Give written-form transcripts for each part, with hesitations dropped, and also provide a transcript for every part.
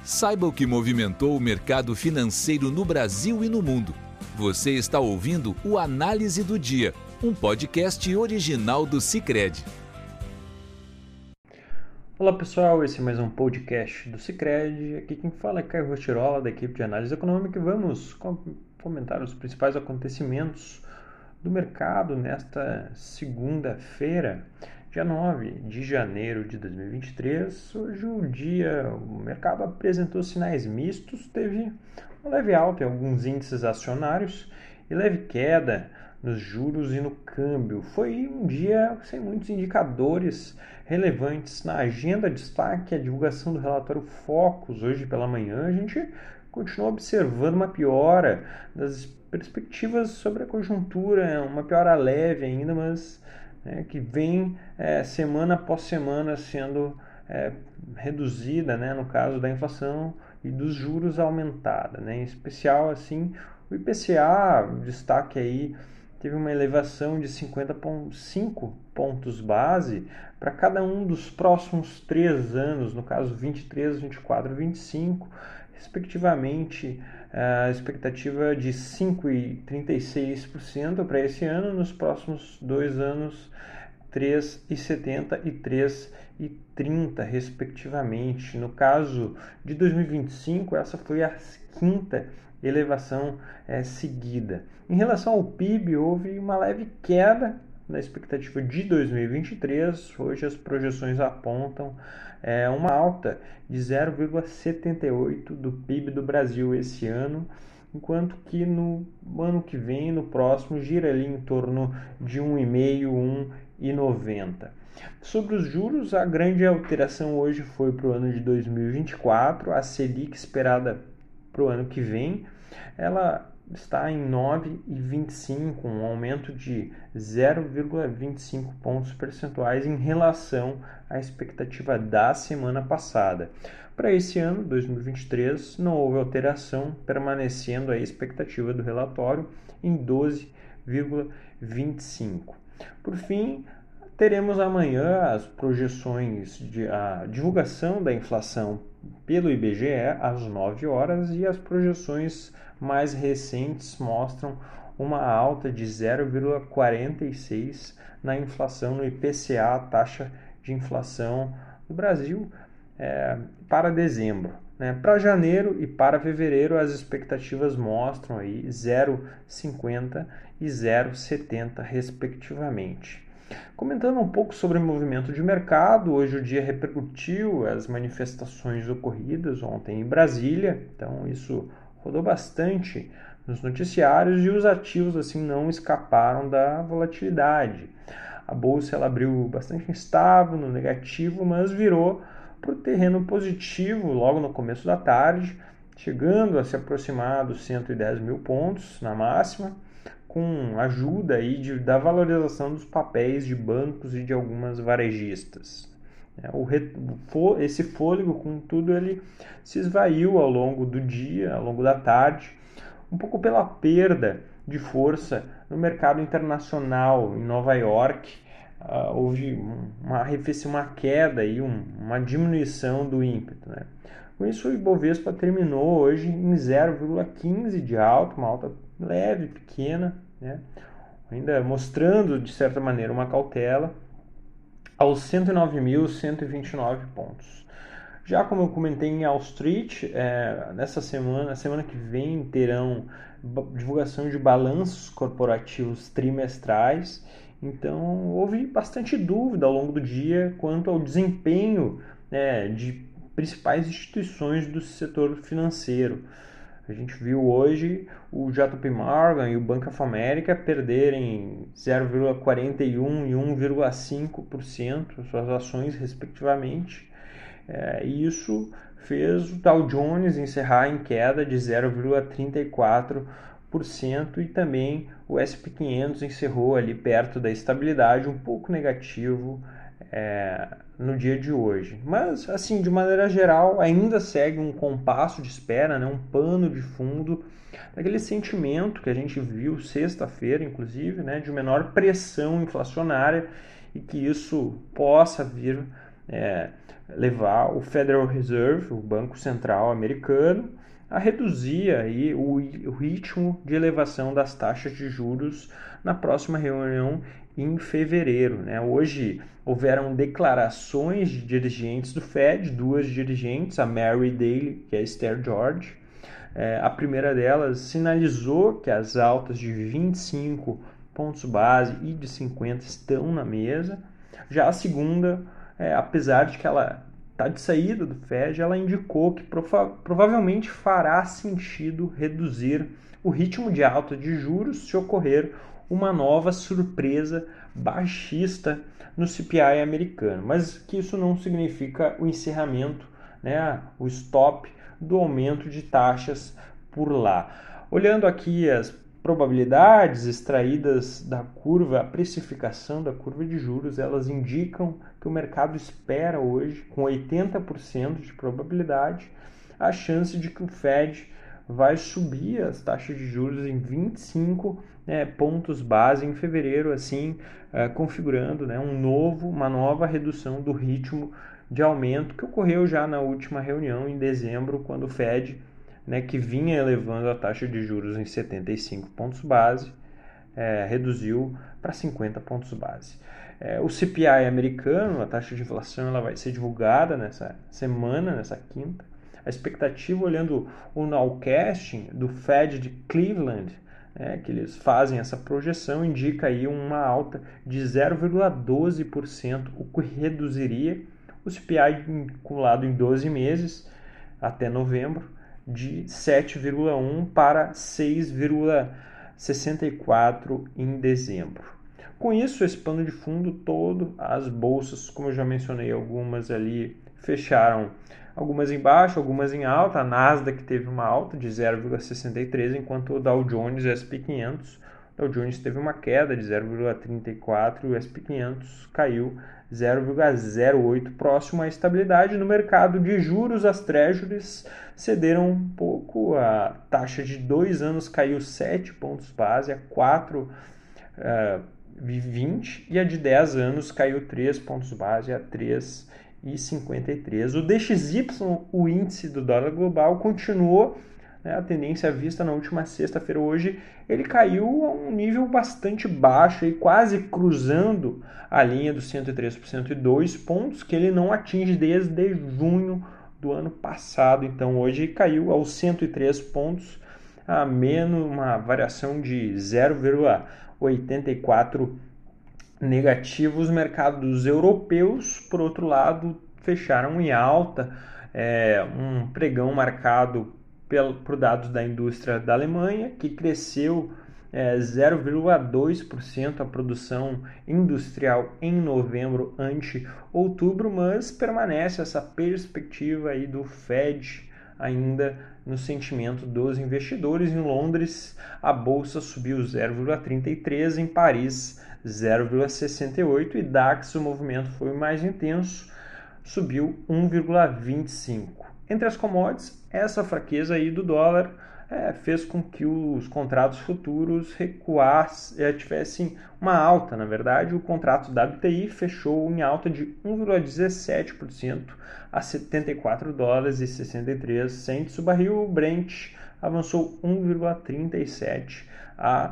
Saiba o que movimentou o mercado financeiro no Brasil e no mundo. Você está ouvindo o Análise do Dia, um podcast original do Sicredi. Olá pessoal, esse é mais um podcast do Sicredi. Aqui quem fala é Caio Rostirola, da equipe de análise econômica, e vamos comentar os principais acontecimentos do mercado nesta segunda-feira, dia 9 de janeiro de 2023. Hoje o mercado apresentou sinais mistos, teve uma leve alta em alguns índices acionários e leve queda nos juros e no câmbio. Foi um dia sem muitos indicadores relevantes na agenda. Destaque a divulgação do relatório Focus hoje pela manhã. A gente continua observando uma piora das perspectivas sobre a conjuntura, uma piora leve ainda, mas que vem semana após semana sendo reduzida, no caso da inflação e dos juros aumentada, em especial assim o IPCA, destaque aí, teve uma elevação de 50,5 pontos base para cada um dos próximos 3 anos, no caso 23, 24 e 25, respectivamente, a expectativa de 5,36% para esse ano, nos próximos 2 anos 3,70% e 3,30%, respectivamente. No caso de 2025, essa foi a quinta elevação seguida. Em relação ao PIB, houve uma leve queda na expectativa de 2023. Hoje as projeções apontam uma alta de 0,78% do PIB do Brasil esse ano, enquanto que no ano que vem, no próximo, gira ali em torno de 1,5%, 1,90%. Sobre os juros, a grande alteração hoje foi para o ano de 2024, a Selic esperada para o ano que vem, ela está em 9,25%, um aumento de 0,25 pontos percentuais em relação à expectativa da semana passada. Para esse ano, 2023, não houve alteração, permanecendo a expectativa do relatório em 12,25%. Por fim, teremos amanhã as projeções a divulgação da inflação pelo IBGE às 9 horas, e as projeções mais recentes mostram uma alta de 0,46% na inflação no IPCA, a taxa de inflação do Brasil, para dezembro. Para janeiro e para fevereiro, as expectativas mostram aí 0,50% e 0,70%, respectivamente. Comentando um pouco sobre o movimento de mercado, hoje o dia repercutiu as manifestações ocorridas ontem em Brasília, então isso rodou bastante nos noticiários e os ativos assim não escaparam da volatilidade. A bolsa ela abriu bastante instável, no negativo, mas virou para o terreno positivo logo no começo da tarde, chegando a se aproximar dos 110 mil pontos na máxima, com ajuda aí da valorização dos papéis de bancos e de algumas varejistas. Esse fôlego, contudo, ele se esvaiu ao longo do dia, ao longo da tarde, um pouco pela perda de força no mercado internacional. Em Nova York, houve uma queda, e uma diminuição do ímpeto. Com isso, o Ibovespa terminou hoje em 0,15% de alta, uma alta leve, pequena, ainda mostrando, de certa maneira, uma cautela, aos 109.129 pontos. Já como eu comentei em Wall Street, nessa semana que vem, terão divulgação de balanços corporativos trimestrais, então houve bastante dúvida ao longo do dia quanto ao desempenho de principais instituições do setor financeiro. A gente viu hoje o JP Morgan e o Bank of America perderem 0,41% e 1,5% suas ações, respectivamente. E isso fez o Dow Jones encerrar em queda de 0,34%, e também o S&P 500 encerrou ali perto da estabilidade, um pouco negativo no dia de hoje. Mas, assim, de maneira geral, ainda segue um compasso de espera, um pano de fundo daquele sentimento que a gente viu sexta-feira, inclusive, de menor pressão inflacionária, e que isso possa vir levar o Federal Reserve, o Banco Central americano, a reduzir aí o ritmo de elevação das taxas de juros na próxima reunião em fevereiro. Hoje houveram declarações de dirigentes do Fed, duas dirigentes, a Mary Daly e a Esther George. A primeira delas sinalizou que as altas de 25 pontos base e de 50 estão na mesa. Já a segunda, apesar de que ela está de saída do Fed, ela indicou que provavelmente fará sentido reduzir o ritmo de alta de juros se ocorrer uma nova surpresa baixista no CPI americano, mas que isso não significa o encerramento, o stop do aumento de taxas por lá. Olhando aqui as probabilidades extraídas da curva, a precificação da curva de juros, elas indicam que o mercado espera hoje, com 80% de probabilidade, a chance de que o Fed vai subir as taxas de juros em 25 pontos base em fevereiro, assim configurando uma nova redução do ritmo de aumento que ocorreu já na última reunião em dezembro, quando o Fed, que vinha elevando a taxa de juros em 75 pontos base, reduziu para 50 pontos base. O CPI americano, a taxa de inflação, ela vai ser divulgada nessa semana, nessa quinta. A expectativa, olhando o nowcasting do Fed de Cleveland, que eles fazem essa projeção, indica aí uma alta de 0,12%, o que reduziria o CPI acumulado em 12 meses até novembro de 7,1 para 6,64 em dezembro. Com isso, esse pano de fundo todo, as bolsas, como eu já mencionei, algumas ali fecharam, algumas em baixa, algumas em alta. A Nasdaq teve uma alta de 0,63, enquanto o Dow Jones e o S&P 500, o Dow Jones teve uma queda de 0,34 e o S&P 500 caiu 0,08, próximo à estabilidade. No mercado de juros, as treasuries cederam um pouco, a taxa de 2 anos caiu 7 pontos base a 4,20 e a de 10 anos caiu 3 pontos base a 3,53. O DXY, o índice do dólar global, continuou a tendência vista na última sexta-feira. Hoje ele caiu a um nível bastante baixo, e quase cruzando a linha dos 103,2 pontos, que ele não atinge desde junho do ano passado. Então hoje caiu aos 103 pontos, a menos uma variação de 0,84 negativo. Os mercados europeus, por outro lado, fecharam em alta, um pregão marcado por dados da indústria da Alemanha, que cresceu 0,2% a produção industrial em novembro ante outubro, mas permanece essa perspectiva aí do Fed ainda no sentimento dos investidores. Em Londres, a bolsa subiu 0,33%, em Paris 0,68% e DAX, o movimento foi mais intenso, subiu 1,25%. Entre as commodities, essa fraqueza aí do dólar fez com que os contratos futuros tivessem uma alta. Na verdade, o contrato da WTI fechou em alta de 1,17% a $74,63. O barril Brent avançou 1,37% a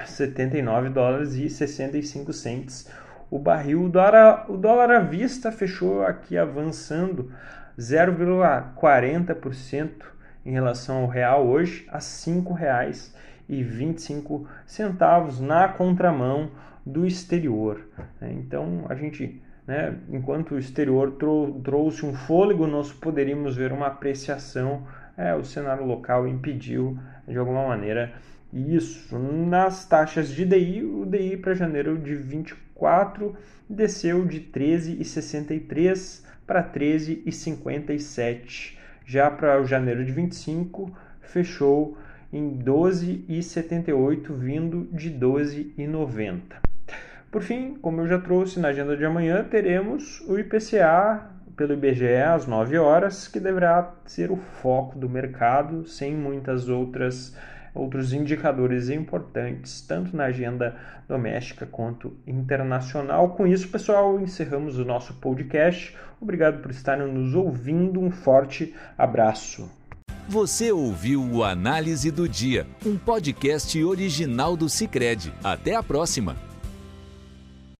$79,65. O dólar à vista fechou aqui avançando 0,40% em relação ao real hoje, a R$ 5,25 na contramão do exterior. Então, a gente, enquanto o exterior trouxe um fôlego, nós poderíamos ver uma apreciação. O cenário local impediu, de alguma maneira, isso. Nas taxas de DI, o DI para janeiro de 24 desceu de 13,63 para 13,57. Já para o janeiro de 25, fechou em 12,78, vindo de 12,90. Por fim, como eu já trouxe na agenda de amanhã, teremos o IPCA pelo IBGE às 9 horas, que deverá ser o foco do mercado, sem muitas outras outros indicadores importantes, tanto na agenda doméstica quanto internacional. Com isso, pessoal, encerramos o nosso podcast. Obrigado por estarem nos ouvindo. Um forte abraço. Você ouviu o Análise do Dia, um podcast original do Sicredi. Até a próxima!